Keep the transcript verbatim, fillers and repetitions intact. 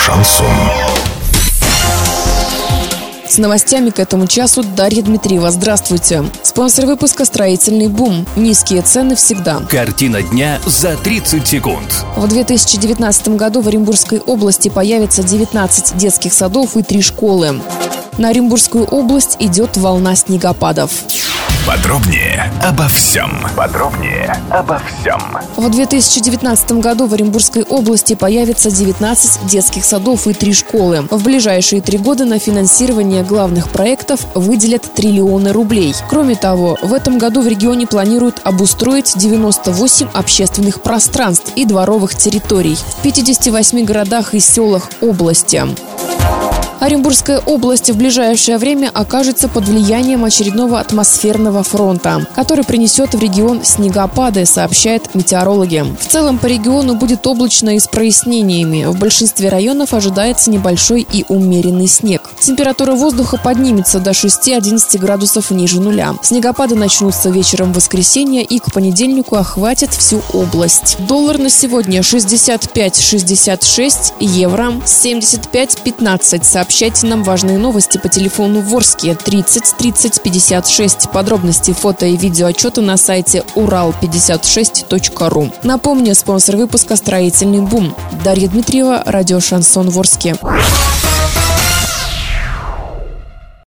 Шансон. С новостями к этому часу Дарья Дмитриева. Здравствуйте. Спонсор выпуска «Строительный бум». Низкие цены всегда. Картина дня за тридцать секунд. В две тысячи девятнадцатом году в Оренбургской области появится девятнадцать детских садов и три школы. На Оренбургскую область идет волна снегопадов. Подробнее обо всем. Подробнее обо всем. В две тысячи девятнадцатом году в Оренбургской области появится девятнадцать детских садов и три школы. В ближайшие три года на финансирование главных проектов выделят триллионы рублей. Кроме того, в этом году в регионе планируют обустроить девяносто восемь общественных пространств и дворовых территорий в пятидесяти восьми городах и селах области. Оренбургская область в ближайшее время окажется под влиянием очередного атмосферного фронта, который принесет в регион снегопады, сообщают метеорологи. В целом по региону будет облачно и с прояснениями. В большинстве районов ожидается небольшой и умеренный снег. Температура воздуха поднимется до шести-одиннадцати градусов ниже нуля. Снегопады начнутся вечером в воскресенье и к понедельнику охватят всю область. Доллар на сегодня шестьдесят пять шестьдесят шесть, евро семьдесят пять пятнадцать. Сообщайте нам важные новости по телефону Ворске тридцать тридцать пятьдесят шесть. Подробности, фото и видеоотчеты на сайте урал пятьдесят шесть точка ру. Напомню, спонсор выпуска «Строительный бум». Дарья Дмитриева, радио «Шансон» Ворске.